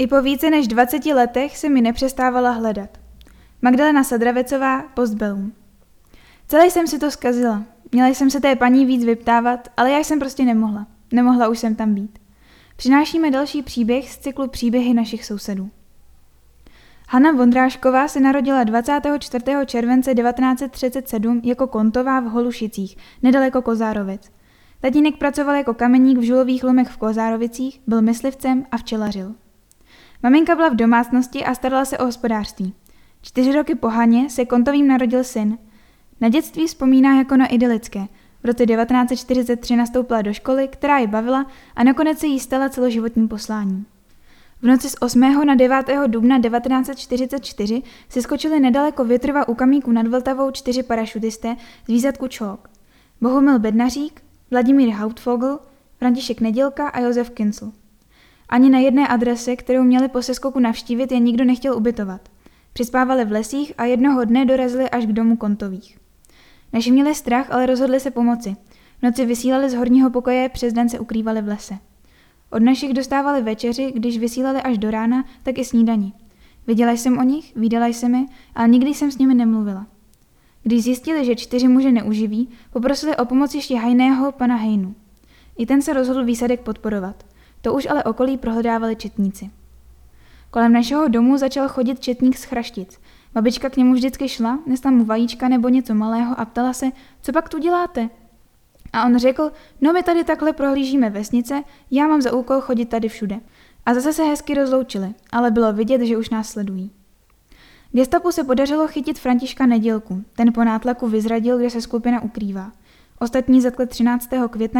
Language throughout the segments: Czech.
I po více než 20 letech se mi nepřestávala hledat. Magdalena Sadravecová, Postbellum. Celý jsem si to zkazila. Měla jsem se té paní víc vyptávat, ale já jsem prostě nemohla. Nemohla už jsem tam být. Přinášíme další příběh z cyklu Příběhy našich sousedů. Hana Vondrášková se narodila 24. července 1937 jako Kontová v Holušicích, nedaleko Kozárovic. Tatínek pracoval jako kameník v žulových lomech v Kozárovicích, byl myslivcem a včelařil. Maminka byla v domácnosti a starala se o hospodářství. 4 roky po Haně se Kontovým narodil syn. Na dětství vzpomíná jako na idylické. V roce 1943 nastoupila do školy, která ji bavila a nakonec se jí stala celoživotním posláním. V noci z 8. na 9. dubna 1944 si skočili nedaleko Větrova u Kamíku nad Vltavou 4 parašutisté z výsadku Čok. Bohumil Bednařík, Vladimír Hauptfogel, František Nedělka a Josef Kincl. Ani na jedné adrese, kterou měli po seskoku navštívit, je nikdo nechtěl ubytovat. Přispávali v lesích a jednoho dne dorazili až k domu Kontových. Naši měli strach, ale rozhodli se pomoci. V noci vysílali z horního pokoje, přes den se ukrývali v lese. Od našich dostávali večeři, když vysílali až do rána, tak i snídani. Viděla jsem o nich, vídala jsem je, ale nikdy jsem s nimi nemluvila. Když zjistili, že 4 muže neuživí, poprosili o pomoc ještě hajného pana Hejnu. I ten se rozhodl výsadek podporovat. To už ale okolí prohledávali četníci. Kolem našeho domu začal chodit četník z Chraštic. Babička k němu vždycky šla, nesla mu vajíčka nebo něco malého a ptala se, co pak tu děláte? A on řekl, no my tady takhle prohlížíme vesnice, já mám za úkol chodit tady všude. A zase se hezky rozloučili, ale bylo vidět, že už nás sledují. Gestapu se podařilo chytit Františka Nedělku, ten po nátlaku vyzradil, kde se skupina ukrývá. Ostatní zatkli 13. května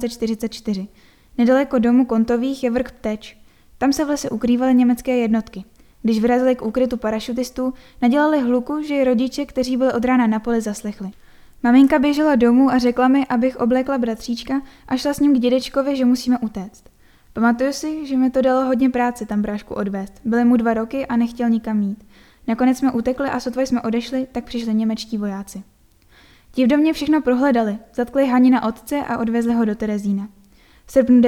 1944. Nedaleko domu Kontových je vrch Pteč. Tam se v lese ukrývaly německé jednotky. Když vyrazili k úkrytu parašutistů, nadělali hluku, že i rodiče, kteří byli od rána na poli, zaslechli. Maminka běžela domů a řekla mi, abych oblékla bratříčka a šla s ním k dědečkovi, že musíme utéct. Pamatuju si, že mi to dalo hodně práce tam brášku odvést. Byly mu 2 roky a nechtěl nikam jít. Nakonec jsme utekli a sotva jsme odešli, tak přišli němečtí vojáci. Ti v domě všechno prohledali, zatkli Hanina otce a odvezli ho do Terezína. V srpnu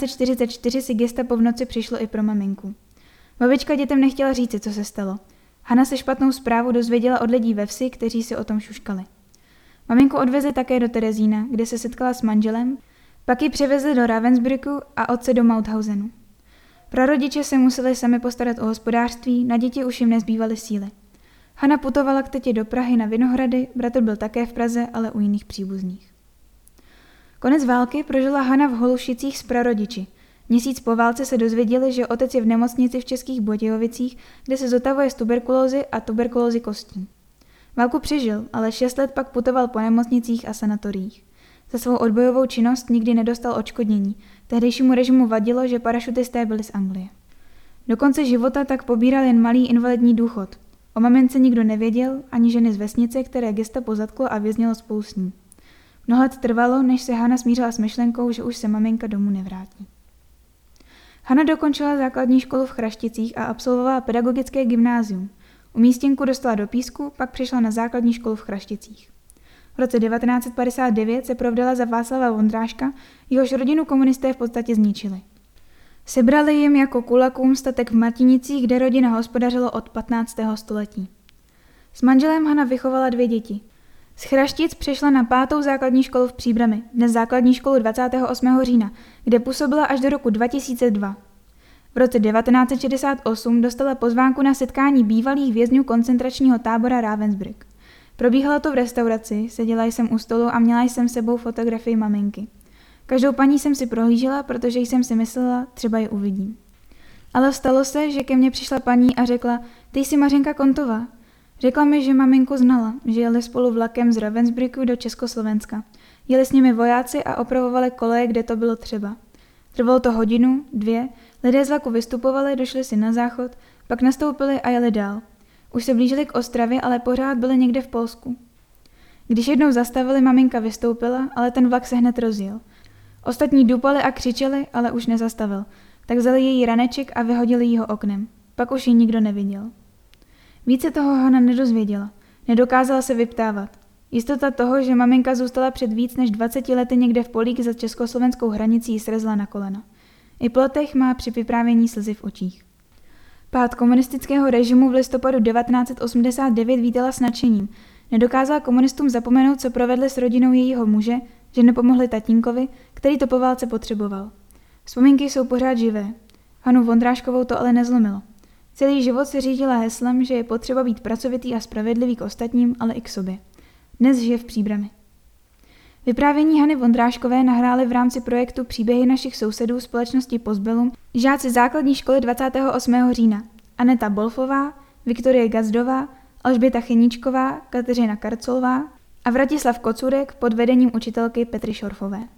1944 si gestapo v noci přišlo i pro maminku. Babička dětem nechtěla říci, co se stalo. Hana se špatnou zprávu dozvěděla od lidí ve vsi, kteří si o tom šuškali. Maminku odvezli také do Terezína, kde se setkala s manželem, pak ji převezli do Ravensbrücku a otce do Mauthausenu. Prarodiče se museli sami postarat o hospodářství, na děti už jim nezbývaly síly. Hana putovala k tetě do Prahy na Vinohrady, bratr byl také v Praze, ale u jiných příbuzných. Konec války prožila Hana v Holušicích s prarodiči. Měsíc po válce se dozvěděli, že otec je v nemocnici v Českých Budějovicích, kde se zotavuje z tuberkulózy a tuberkulózy kostí. Válku přežil, ale 6 let pak putoval po nemocnicích a sanatoriích. Za svou odbojovou činnost nikdy nedostal odškodnění. Tehdejšímu režimu vadilo, že parašutisté byli z Anglie. Do konce života tak pobíral jen malý invalidní důchod. O mamince nikdo nevěděl, ani ženy z vesnice, které gestapo zatklo a věznilo spolu s ní. Mnoho let trvalo, než se Hana smířila s myšlenkou, že už se maminka domů nevrátí. Hana dokončila základní školu v Chrašticích a absolvovala pedagogické gymnázium. Umístěnku dostala do Písku, pak přišla na základní školu v Chrašticích. V roce 1959 se provdala za Václava Vondráška, jehož rodinu komunisté v podstatě zničili. Sebrali jim jako kulakům statek v Martinicích, kde rodina hospodařilo od 15. století. S manželem Hana vychovala 2 děti. Z Chraštic přešla na 5. základní školu v Příbrami, dnes základní školu 28. října, kde působila až do roku 2002. V roce 1968 dostala pozvánku na setkání bývalých vězňů koncentračního tábora Ravensbrück. Probíhalo to v restauraci, seděla jsem u stolu a měla jsem s sebou fotografii maminky. Každou paní jsem si prohlížela, protože jsem si myslela, třeba je uvidím. Ale stalo se, že ke mně přišla paní a řekla, ty jsi Mařenka Kontová. Řekla mi, že maminku znala, že jeli spolu vlakem z Ravensbrücku do Československa. Jeli s nimi vojáci a opravovali koleje, kde to bylo třeba. Trvalo to 1, 2 hodiny, lidé z vlaku vystupovali, došli si na záchod, pak nastoupili a jeli dál. Už se blížili k Ostravě, ale pořád byli někde v Polsku. Když jednou zastavili, maminka vystoupila, ale ten vlak se hned rozjel. Ostatní dupali a křičeli, ale už nezastavil. Tak vzali její raneček a vyhodili jí ho oknem. Pak už ji nikdo neviděl. Více toho Hana nedozvěděla. Nedokázala se vyptávat. Jistota toho, že maminka zůstala před víc než 20 lety někde v polích za československou hranicí, srezla na kolena. I Plotech má při vyprávění slzy v očích. Pád komunistického režimu v listopadu 1989 vítala s nadšením. Nedokázala komunistům zapomenout, co provedli s rodinou jejího muže, že nepomohli tatínkovi, který to po válce potřeboval. Vzpomínky jsou pořád živé. Hanu Vondráškovou to ale nezlomilo. Celý život se řídila heslem, že je potřeba být pracovitý a spravedlivý k ostatním, ale i k sobě. Dnes žije v Příbrami. Vyprávění Hany Vondráškové nahrály v rámci projektu Příběhy našich sousedů společnosti Postbellum žáci základní školy 28. října Aneta Bolfová, Viktorie Gazdová, Alžběta Chyníčková, Kateřina Karcolová a Vratislav Kocurek pod vedením učitelky Petry Šorfové.